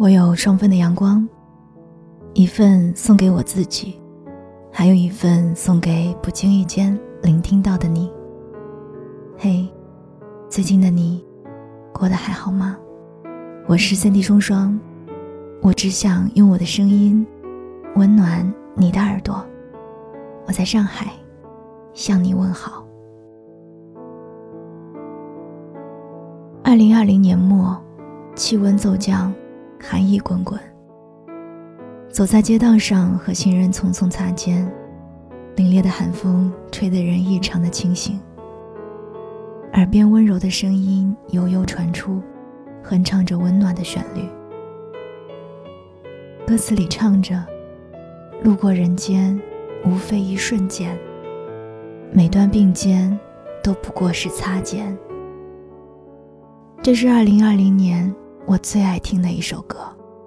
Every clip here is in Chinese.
我有双份的阳光，一份送给我自己，还有一份送给不经意间聆听到的你。嘿，最近的你过得还好吗？我是3D 双双，我只想用我的声音温暖你的耳朵。我在上海向你问好。2020年末，气温骤降，寒意滚滚，走在街道上和行人匆匆擦肩，凛冽的寒风吹得人异常的清醒，耳边温柔的声音悠悠传出，哼唱着温暖的旋律。歌词里唱着，路过人间无非一瞬间，每段并肩都不过是擦肩。这是2020年我最爱听的一首歌。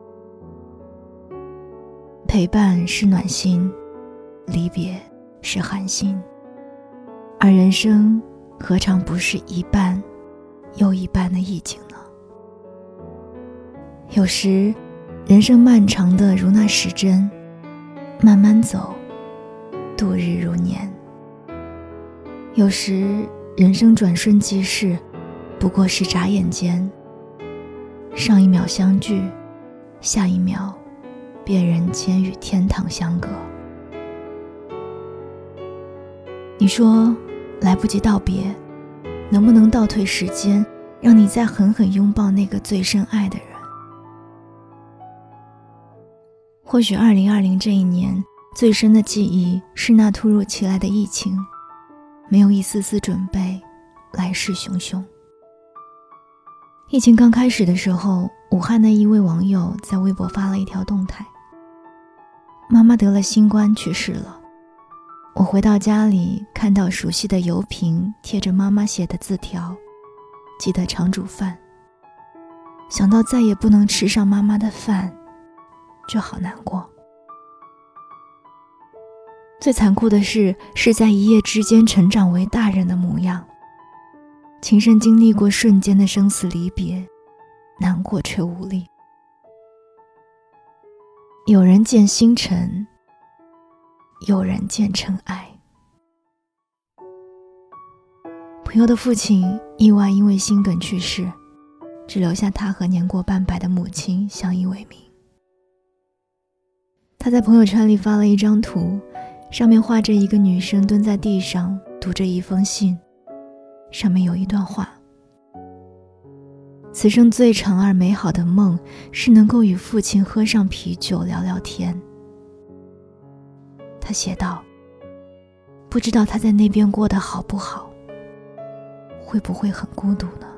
陪伴是暖心，离别是寒心，而人生何尝不是一半又一半的意境呢？有时人生漫长的如那时针，慢慢走，度日如年。有时人生转瞬即逝，不过是眨眼间，上一秒相聚，下一秒便人间与天堂相隔。你说来不及道别，能不能倒退时间，让你再狠狠拥抱那个最深爱的人？或许2020这一年最深的记忆是那突如其来的疫情，没有一丝丝准备，来势汹汹。疫情刚开始的时候，武汉的一位网友在微博发了一条动态：妈妈得了新冠去世了。我回到家里，看到熟悉的油瓶贴着妈妈写的字条，记得常煮饭，想到再也不能吃上妈妈的饭，就好难过。最残酷的是在一夜之间成长为大人的模样，亲身经历过瞬间的生死离别，难过却无力。有人见星辰，有人见尘埃。朋友的父亲意外因为心梗去世，只留下他和年过半百的母亲相依为命。他在朋友圈里发了一张图，上面画着一个女生蹲在地上读着一封信，上面有一段话：此生最长而美好的梦是能够与父亲喝上啤酒聊聊天。他写道，不知道他在那边过得好不好，会不会很孤独呢？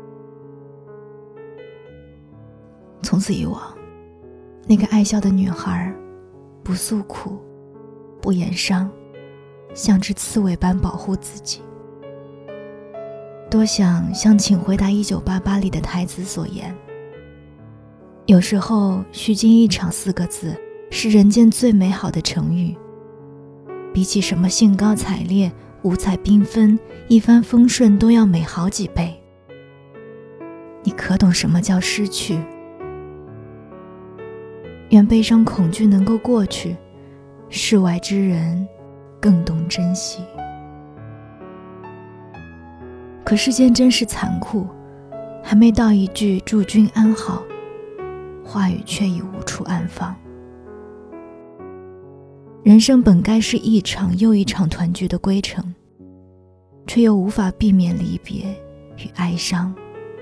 从此以往，那个爱笑的女孩不诉苦，不言伤，像只刺猬般保护自己。多想像请回答1988里的台词所言，有时候虚惊一场4个字是人间最美好的成语，比起什么兴高采烈、五彩缤纷、一帆风顺都要美好几倍。你可懂什么叫失去？愿悲伤恐惧能够过去，世外之人更懂珍惜。可世间真是残酷，还没到一句祝君安好，话语却已无处安放。人生本该是一场又一场团聚的归程，却又无法避免离别与哀伤。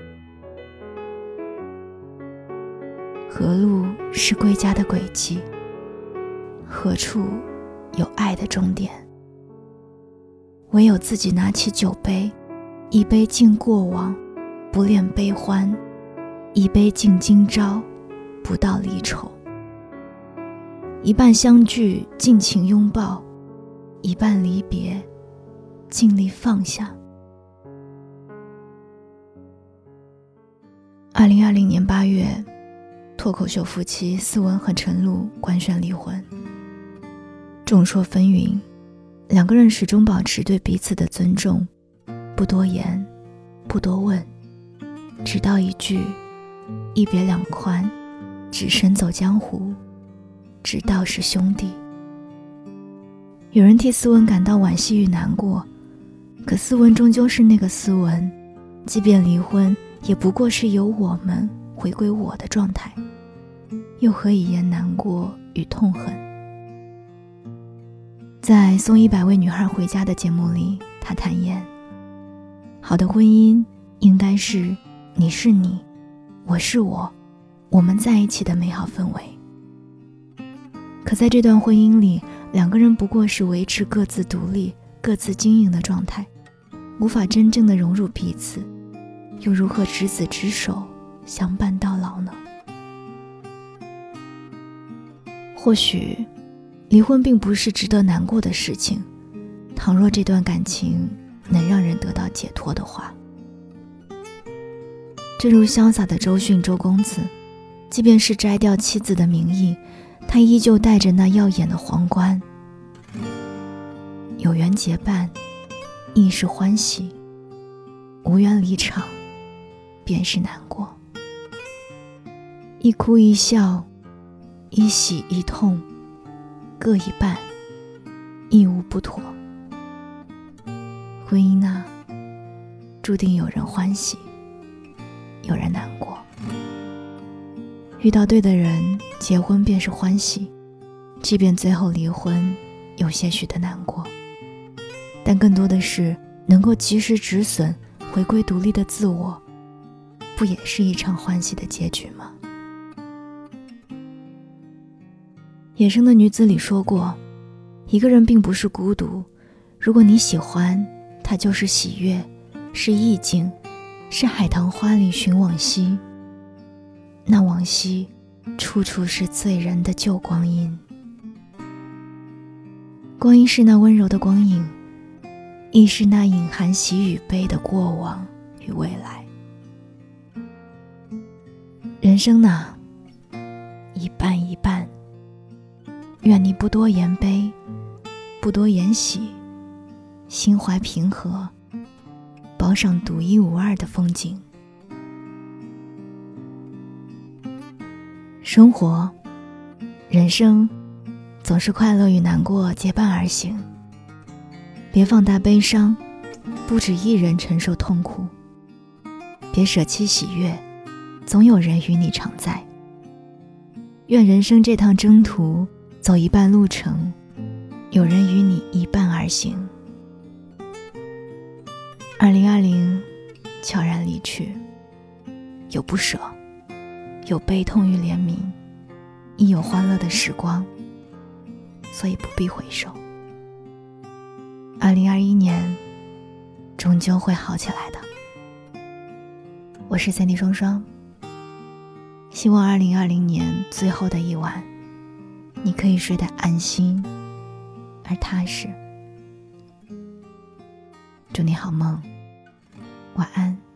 何路是归家的轨迹？何处有爱的终点？唯有自己拿起酒杯，一杯敬过往，不恋悲欢；一杯敬今朝，不道离愁。一半相聚，尽情拥抱；一半离别，尽力放下。2020年8月，脱口秀夫妻思文和陈露官宣离婚。众说纷纭，两个人始终保持对彼此的尊重，不多言，不多问，直到一句一别两宽， 只身走江湖，直到是兄弟。有人替斯文感到惋惜与难过，可斯文终究是那个斯文，即便离婚，也不过是由我们回归我的状态，又何以言难过与痛恨？在送100位女孩回家的节目里，他坦言，好的婚姻应该是你是你，我是我，我们在一起的美好氛围。可在这段婚姻里，两个人不过是维持各自独立、各自经营的状态，无法真正的融入彼此，又如何执子之手，相伴到老呢？或许离婚并不是值得难过的事情，倘若这段感情能让人得到解脱的话。正如潇洒的周迅周公子，即便是摘掉妻子的名义，他依旧戴着那耀眼的皇冠。有缘结伴，亦是欢喜；无缘离场，便是难过。一哭一笑，一喜一痛，各一半，亦无不妥。婚姻啊，注定有人欢喜，有人难过。遇到对的人，结婚便是欢喜，即便最后离婚，有些许的难过，但更多的是能够及时止损，回归独立的自我，不也是一场欢喜的结局吗？野生的女子里说过，一个人并不是孤独，如果你喜欢，它就是喜悦，是意境，是海棠花里寻往昔。那往昔处处是醉人的旧光阴。光阴是那温柔的光影，亦是那隐含喜与悲的过往与未来。人生呢，一半一半，愿你不多言悲，不多言喜，心怀平和，饱赏独一无二的风景。生活，人生，总是快乐与难过结伴而行。别放大悲伤，不止一人承受痛苦。别舍弃喜悦，总有人与你常在。愿人生这趟征途，走一半路程，有人与你一伴而行。2020悄然离去，有不舍，有悲痛与怜悯，亦有欢乐的时光，所以不必回首。2021年终究会好起来的。我是Sandy双双，希望2020年最后的一晚，你可以睡得安心而踏实。祝你好梦，晚安。